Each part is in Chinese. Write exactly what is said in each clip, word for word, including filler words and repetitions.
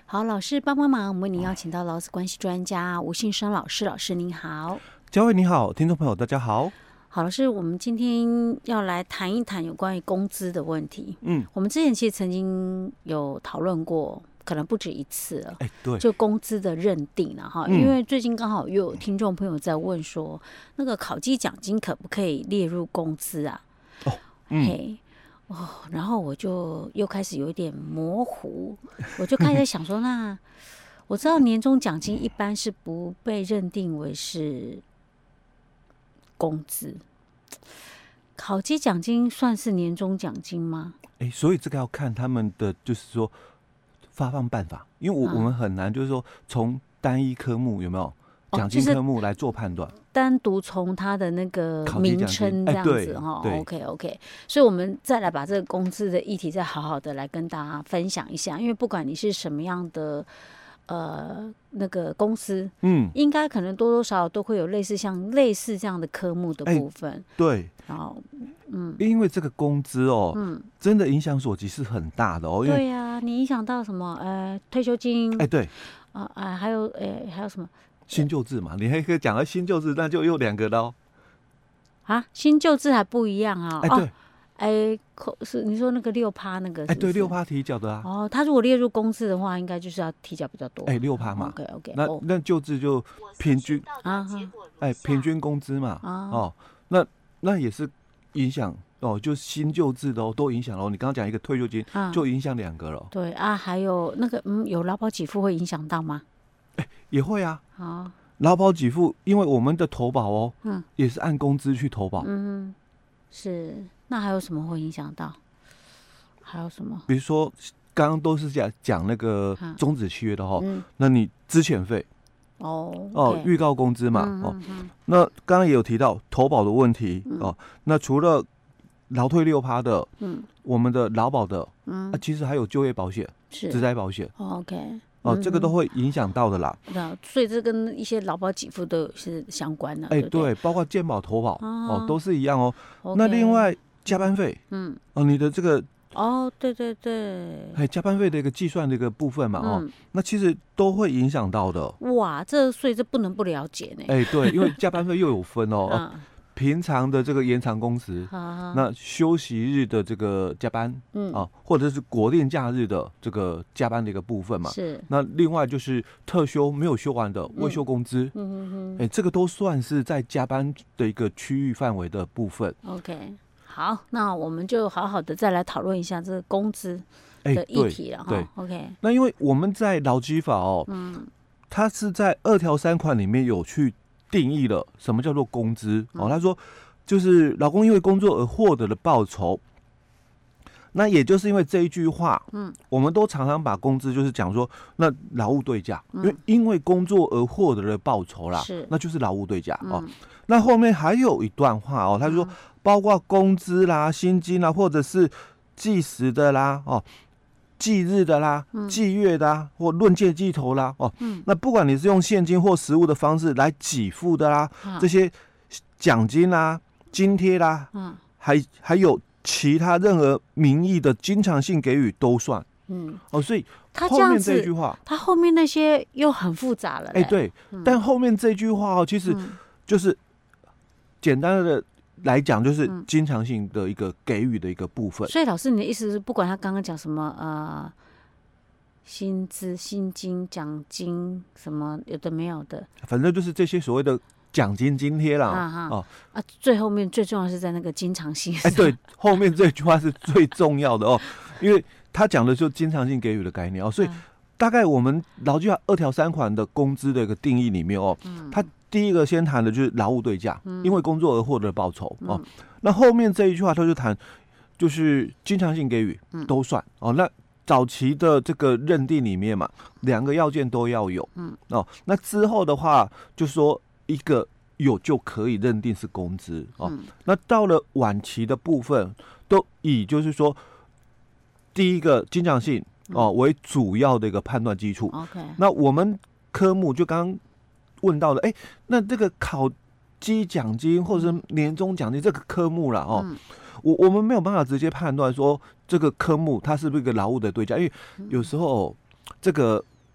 好，老师帮帮忙，我们为您邀请到劳资关系专家吴信生老师，老师您好。 嘉惠你好，听众朋友大家好。 好，老师，我们今天要来谈一谈有关于工资的问题。 嗯， 我们之前其实曾经有讨论过，可能不止一次了。 哎，对， 就工资的认定了哈， 嗯因为最近刚好又有听众朋友在问说，那个考绩奖金可不可以列入工资啊？ 哦，嗯， 嘿。哦，然后我就又开始有一点模糊，我就开始想说，那我知道年终奖金一般是不被认定为是工资，考绩奖金算是年终奖金吗？ 哎，所以这个要看他们的就是说发放办法，因为我、 啊我们很难就是说从单一科目有没有哦奖金就是科目来做判断。 单独从它的那个名考绩奖金称这样哎对子哈、 对 OK OK，所以我们再来把这个工资的议题再好好的来跟大家分享一下，因为不管你是什么样的呃那个公司， 嗯， 应该可能多多少少都会有类似像类似这样的科目的部分， 对， 然后嗯因为这个工资哦， 嗯， 真的影响所及是很大的哦，因为对呀、啊，你影响到什么呃退休金哎对， 啊啊、还有呃还有什么新旧制嘛，你还可以讲到新旧制，那就又两个了哦。 啊新旧制还不一样啊， 哎对， 哦哎，扣是你说那个六趴那个是哎不是， 对，六趴提缴的啊， 哦，他如果列入公司的话，应该就是要提缴比较多。 哎六趴嘛， OK OK， 那哦那旧制就平均啊哈哎平均工资嘛， 啊哦，那那也是影响哦，就新旧制的哦，都影响了哦。你刚刚讲一个退休金， 啊， 就影响两个了， 对啊，还有那个嗯，有劳保给付会影响到吗？ 也会啊。 好， 劳保给付，因为我们的投保哦， 嗯也是按工资去投保。 嗯，是。那还有什么会影响到？还有什么？ 比如说，刚刚都是讲讲那个嗯终止契约的哦， 嗯， 那你资遣费哦哦， OK 预告工资嘛， 嗯哦， 嗯嗯那刚刚也有提到投保的问题嗯哦。那除了劳退六趴的， 嗯我们的劳保的， 嗯啊，其实还有就业保险、 是职灾保险哦 OK 哦， 嗯这个都会影响到的啦。 那所以这跟一些劳保给付都有是相关的。 哎， 对不对对，包括健保投保哦哦，都是一样哦。 ，OK 那另外加班费嗯哦，你的这个哦对对对， 哎加班费的一个计算的一个部分嘛哦， 嗯那其实都会影响到的。 哇，这所以这不能不了解呢。 哎，对，因为加班费又有分哦，哦啊， 平常的这个延长工时， 好， 那休息日的这个加班嗯啊，或者是国定假日的这个加班的一个部分嘛。 是， 那另外就是特休没有休完的未休工资， 嗯哼哼哎，这个都算是在加班的一个区域范围的部分。 ，OK，好，那我们就好好的再来讨论一下这个工资哎， 的议对题了对哈。OK， 那因为我们在劳基法哦， 嗯它是在二条三款里面有去定义了什么叫做工资嗯哦。他说，就是劳工因为工作而获得的报酬。那也就是因为这一句话， 嗯， 我们都常常把工资就是讲说，那劳务对价， 嗯因为因为工作而获得的报酬啦， 是那就是劳务对价哦。 嗯那后面还有一段话哦，他说嗯包括工资啦、薪金啦，或者是计时的啦、哦、计日的啦、 嗯计月的啦，或论件计头啦，哦， 嗯那不管你是用现金或实物的方式来给付的啦， 好这些奖金啦、津贴啦， 嗯还还有其他任何名义的经常性给予都算嗯， 哦。所以他这样后面这句子， 话， 他后面那些又很复杂了。 哎，，对， 嗯但后面这句话哦，其实嗯就是简单的来讲，就是嗯经常性的一个给予的一个部分。 所以老师，你的意思是，不管他刚刚讲什么呃，薪资、薪金、奖金什么有的没有的反正就是这些所谓的奖金津贴啦。 啊哈哦， 啊，最后面最重要是在那个经常性。 哎，对，后面这句话是最重要的哦，因为他讲的就经常性给予的概念哦，所以嗯大概我们劳基法二条三款的工资的一个定义里面哦， 嗯它第一个先谈的就是劳务对价，因为工作而获得的报酬哦。 嗯那后面这一句话，他就谈就是经常性给予嗯都算哦。那早期的这个认定里面嘛，两个要件都要有， 嗯哦。那之后的话，就说一个有就可以认定是工资哦。 嗯那到了晚期的部分，都以就是说第一个经常性哦为主要的一个判断基础。 OK， 那我们科目就刚刚问到了，哎、那这个考绩奖金或者是年终奖金这个科目啦，哦， 嗯我我们没有办法直接判断说这个科目它是不是一个劳务的对价，因为有时候、哦、这个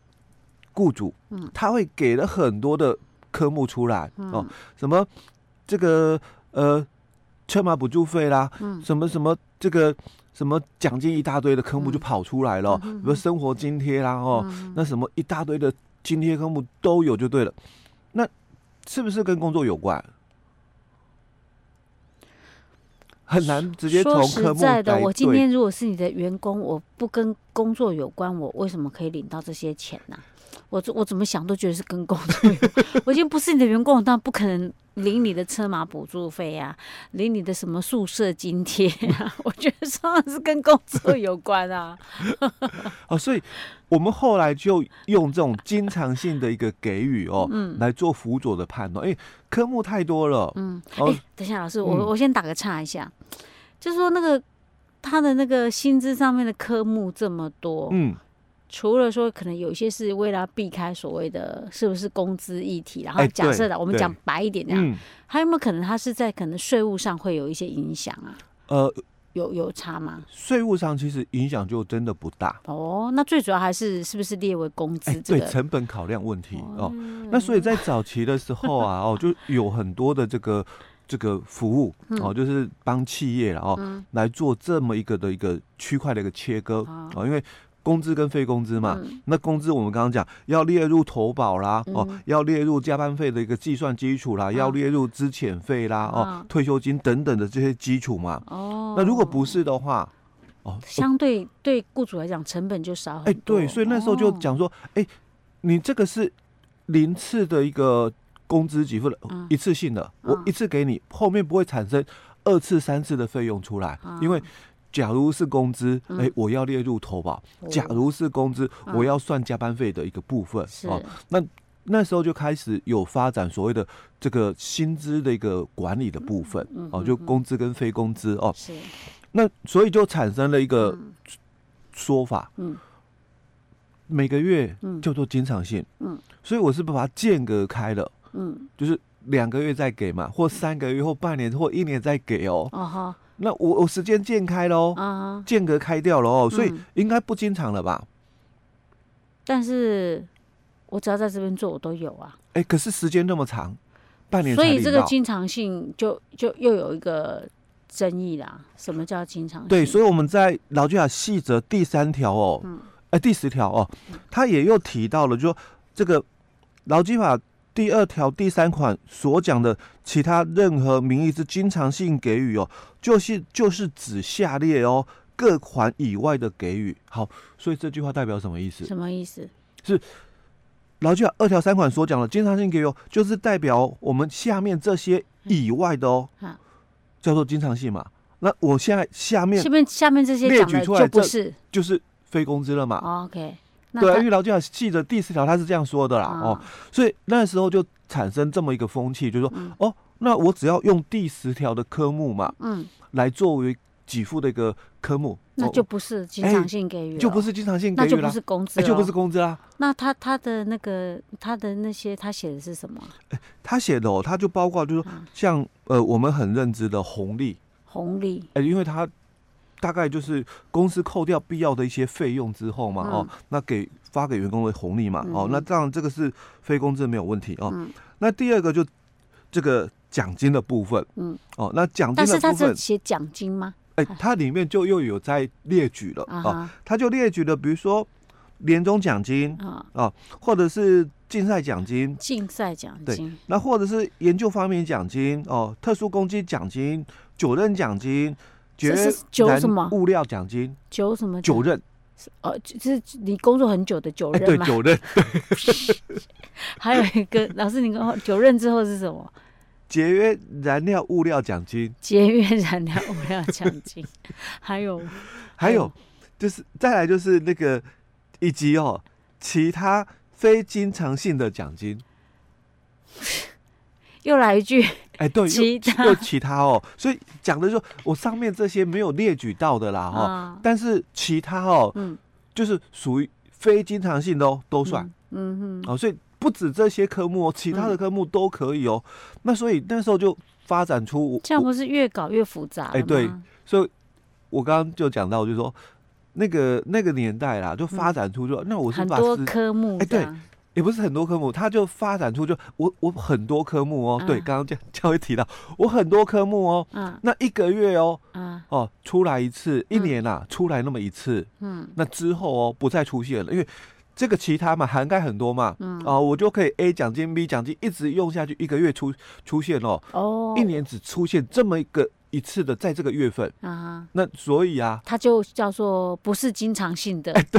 雇主， 嗯， 他会给了很多的科目出来， 嗯、 哦，什么这个呃车马补助费啦， 嗯， 什么什么这个什么奖金一大堆的科目就跑出来了， 嗯、 比如生活津贴啦，哦， 嗯、 那什么一大堆的津贴科目都有就对了。那是不是跟工作有关？很难直接从科目说实在的， 来我今天如果是你的员工，我不跟工作有关，我为什么可以领到这些钱呢、啊？我我怎么想都觉得是跟工作有关。我已经不是你的员工，我当然不可能领你的车马补助费啊，领你的什么宿舍津贴啊。我觉得当然是跟工作有关啊。 哦，所以我们后来就用这种经常性的一个给予哦， 嗯， 来做辅佐的判断。哎，科目太多了， 嗯， 哦， 哎，等一下，老师，我、 嗯、 我先打个岔一下，就是说那个他的那个薪资上面的科目这么多， 嗯。 除了说可能有一些是为了避开所谓的是不是工资议题，然后哎假设的、 对我们讲白一点这样， 嗯， 还有没有可能它是在可能税务上会有一些影响啊？ 呃， 有有差吗？ 税务上其实影响就真的不大。 哦，那最主要还是是不是列为工资哎， 这个？ 对，成本考量问题哦。 嗯那所以在早期的时候啊，哦，就有很多的这个这个服务哦，就是帮企业哦、 嗯来做这么一个的一个区块的一个切割哦哦，因为工资跟非工资嘛， 嗯那工资我们刚刚讲要列入投保啦， 嗯哦，要列入加班费的一个计算基础啦，要列入资遣费啦，哦， 哦退休金等等的这些基础嘛。 哦， 那如果不是的话，哦， 相对对雇主来讲成本就少很多。 哎，对，所以那时候就讲说，哎、你这个是零次的一个工资给付的、 嗯一次性的，我嗯一次给你，后面不会产生二次、三次的费用出来， 嗯因为假如是工资，哎、 嗯我要列入投保； 哦假如是工资， 嗯我要算加班费的一个部分。 是哦，那那时候就开始有发展所谓的这个薪资的一个管理的部分， 嗯哦，就工资跟非工资哦。 是那所以就产生了一个嗯说法， 嗯每个月嗯叫做经常性， 嗯所以我是把它间隔开了， 嗯就是两个月再给嘛，或三个月或半年或一年再给哦。 哦哈那我我时间间开喽， 啊哈， 间隔开掉了哦，所以嗯应该不经常了吧？ 但是我只要在这边做，我都有啊。 哎、可是时间那么长，半年才所以这个领到。 经常性就就又有一个争议啦。什么叫经常性？ 对，所以我们在劳基法细则第三条哦， 嗯呃第十条哦，他也又提到了，就说这个劳基法第二条第三款所讲的其他任何名义之经常性给予哦，就是就是指下列哦各款以外的给予。好，所以这句话代表什么意思？ 什么意思？ 劳基法二条三款所讲的经常性给予哦，就是代表我们下面这些以外的哦， 啊， 叫做经常性嘛。那我现在下面下面下面这些列讲的举出来这就不是。 就是非工资了嘛。 哦 OK，那对啊， 他因为劳基法细则第四条它是这样说的啦， 啊哦，所以那时候就产生这么一个风气，就是说， 嗯哦，那我只要用第十条的科目嘛， 嗯， 来作为给付的一个科目， 那哦就不是经常性给予了， 就不是经常性给予啦， 那就不是工资哎， 了， 就不是工资啦。 那他他的那个他的那些他写的是什么？ 他写的哦，他就包括就是说啊像呃我们很认知的红利， 红利哎，因为他大概就是公司扣掉必要的一些费用之后嘛，哦，那给发给员工的红利嘛，哦， 嗯那当然这个是非工资没有问题哦。 嗯那第二个就这个奖金的部分， 嗯， 哦，那奖金但是他的部分， 是写奖金吗？ 哎，它里面就又有在列举了哦， 啊哈它就列举了，比如说年终奖金啊， 啊，或者是竞赛奖金， 竞赛奖金那或者是研究发明奖金哦，特殊攻击奖金、九任奖金、决这是九燃什么物料奖金、 九什么奖九任， 哦，就是你工作很久的九哎，对， 任嘛。 九任还有一个老师，你跟我九任之后是什么？ 节约燃料物料奖金， 节约燃料物料奖金，还有还有就是再来就是那个以及哦其他非经常性的奖金， 又来一句， 哎，对， 其他又又其他哦，所以讲的就我上面这些没有列举到的啦，哦， 啊但是其他哦， 嗯就是属于非经常性的哦，都算。 嗯哼， 哦，所以不止这些科目哦，其他的科目都可以哦。那所以那时候就发展出我， 这样不是越搞越复杂了吗？ 哎对所以我刚刚就讲到，就是说那个那个年代啦，就发展出说，那我是很多把时科目哎对这样也不是很多科目，它就发展出就我我很多科目哦，嗯、对，刚刚教教会提到我很多科目哦，嗯，那一个月哦，嗯，哦出来一次，一年啊、嗯、出来那么一次，嗯，那之后哦不再出现了，因为这个其他嘛涵盖很多嘛，嗯，哦我就可以 A 奖金 B 奖金一直用下去，一个月出出现哦，哦，一年只出现这么一个一次的，在这个月份啊，那所以啊， 它就叫做不是经常性的， 哎、对。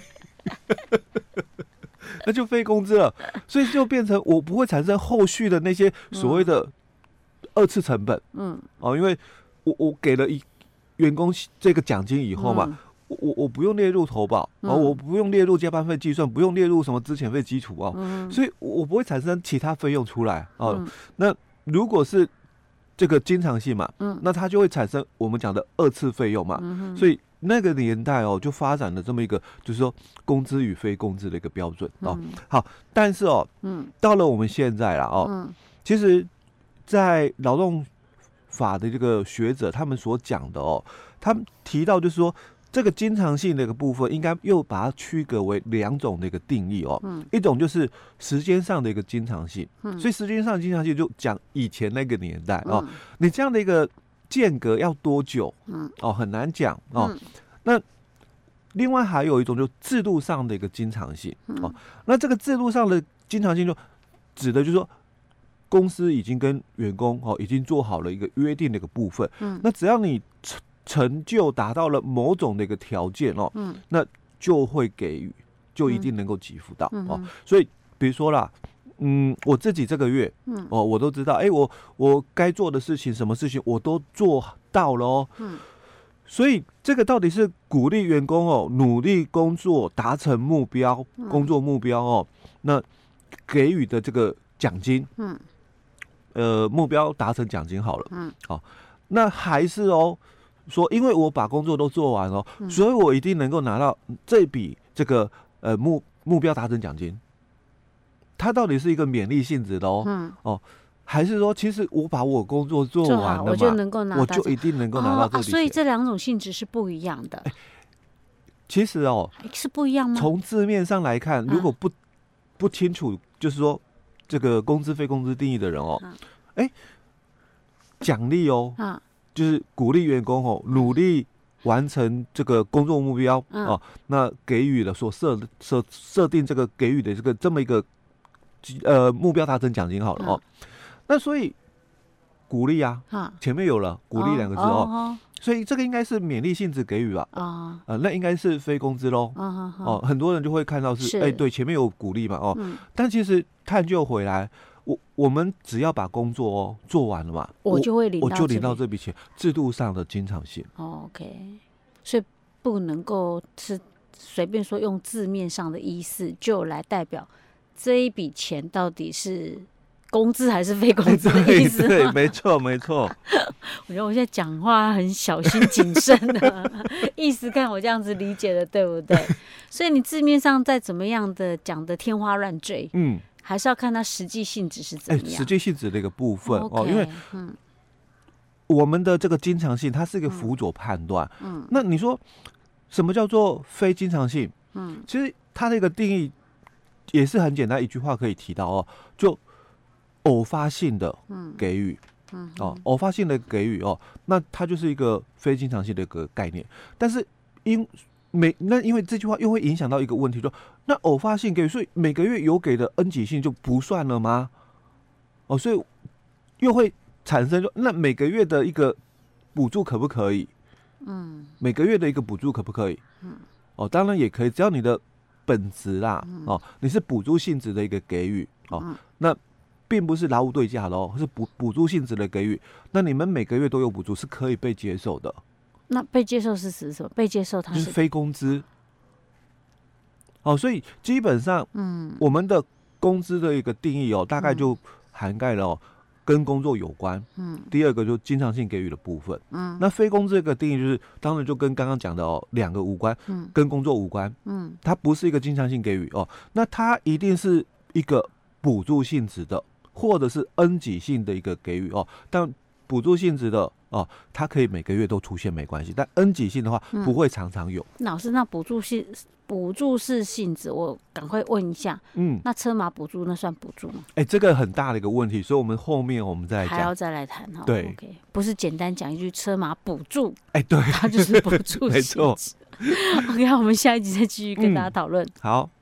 那就非工资了，所以就变成我不会产生后续的那些所谓的二次成本。嗯，哦，因为我我给了一员工这个奖金以后嘛，嗯、我我不用列入投保，嗯、哦，我不用列入加班费计算，不用列入什么资遣费基础哦，嗯、所以我不会产生其他费用出来哦。嗯、那如果是这个经常性嘛，嗯，那它就会产生我们讲的二次费用嘛，嗯、所以。那个年代哦，就发展了这么一个，就是说工资与非工资的一个标准哦。嗯、好，但是哦，嗯，到了我们现在啦哦，嗯、其实，在劳动法的这个学者他们所讲的哦，他们提到就是说，这个经常性的一个部分，应该又把它区隔为两种的一个定义哦。嗯、一种就是时间上的一个经常性，嗯、所以时间上的经常性就讲以前那个年代哦，嗯、你这样的一个。间隔要多久？嗯，哦，很难讲哦。嗯、那另外还有一种，就制度上的一个经常性、嗯、哦。那这个制度上的经常性，就指的就是说，公司已经跟员工哦已经做好了一个约定的一个部分。嗯，那只要你成就达到了某种的一个条件哦，嗯，那就会给予，就一定能够给付到、嗯、哦。所以，比如说啦。嗯，我自己这个月，嗯，哦，我都知道，哎、欸，我我该做的事情，什么事情我都做到了哦，嗯，所以这个到底是鼓励员工哦努力工作，达成目标，嗯、工作目标哦，那给予的这个奖金，嗯，呃，目标达成奖金好了，嗯，好、哦，那还是哦，说因为我把工作都做完了、哦，嗯、所以我一定能够拿到这笔这个呃目目标达成奖金。它到底是一个勉励性质的哦，嗯、哦，还是说其实我把我工作做完了嘛， 我就能够拿到， 我就一定能够拿到这笔钱、 哦啊、所以这两种性质是不一样的。 其实哦， 是不一样吗？ 从字面上来看，如果不、啊、不清楚，就是说这个工资非工资定义的人哦，哎、啊，奖励哦，啊，就是鼓励员工哦努力完成这个工作目标、啊、哦，那给予了所设设设定这个给予的这个这么一个。呃，目标达成奖金好了哦，嗯、那所以鼓励啊，啊前面有了鼓励两个字 哦, 哦, 哦，所以这个应该是勉励性质给予吧，啊、哦，呃，那应该是非工资喽，哦, 哦，很多人就会看到是，哎、欸，对，前面有鼓励嘛，哦，嗯、但其实探究回来，我我们只要把工作哦做完了嘛， 我就会领到， 我就领到这笔钱，制度上的经常性、 哦、，OK， 所以不能够是随便说用字面上的意思就来代表。这一笔钱到底是工资还是非工资的意思？ 对，对没错，没错。 我觉得我现在讲话很小心谨慎的，意思看我这样子理解的对不对？所以你字面上再怎么样的讲的天花乱坠，嗯，还是要看它实际性质是怎么样。 欸、实际性质的一个部分、 okay, 哦，因为嗯，我们的这个经常性它是一个辅佐判断，嗯，那你说什么叫做非经常性？嗯，其实它的一个定义。也是很简单，一句话可以提到哦，就偶发性的给予，嗯，嗯哦，偶发性的给予哦，那它就是一个非经常性的一个概念。但是因每那因为这句话又会影响到一个问题，说那偶发性给予，所以每个月有给的 N 级性就不算了吗？哦，所以又会产生说，那每个月的一个补助可不可以？嗯，每个月的一个补助可不可以？嗯，哦，当然也可以，只要你的。本质啦，嗯、哦，你是补助性质的一个给予哦，嗯、那并不是劳务对价的哦，是补补助性质的给予。那你们每个月都有补助，是可以被接受的。 那被接受是指什么？被接受它是就是非工资。哦，所以基本上，嗯，我们的工资的一个定义哦，大概就涵盖了、哦。跟工作有关，嗯，第二个就经常性给予的部分，嗯，那非工资这个定义就是，当然就跟刚刚讲的哦，两个无关，嗯，跟工作无关，嗯，它不是一个经常性给予哦，那它一定是一个补助性质的，或者是 N 级性的一个给予哦，但补助性质的哦，它可以每个月都出现没关系，但 N 级性的话不会常常有。 老师，那补助性补助式性质，我赶快问一下， 嗯， 那车马补助那算补助吗？ 哎、这个很大的一个问题，所以我们后面我们再来讲。 还要再来谈哈。 对 ，OK， 不是简单讲一句车马补助， 哎、对， 它就是补助没错性质。OK， 我们下一集再继续跟大家讨论。 好。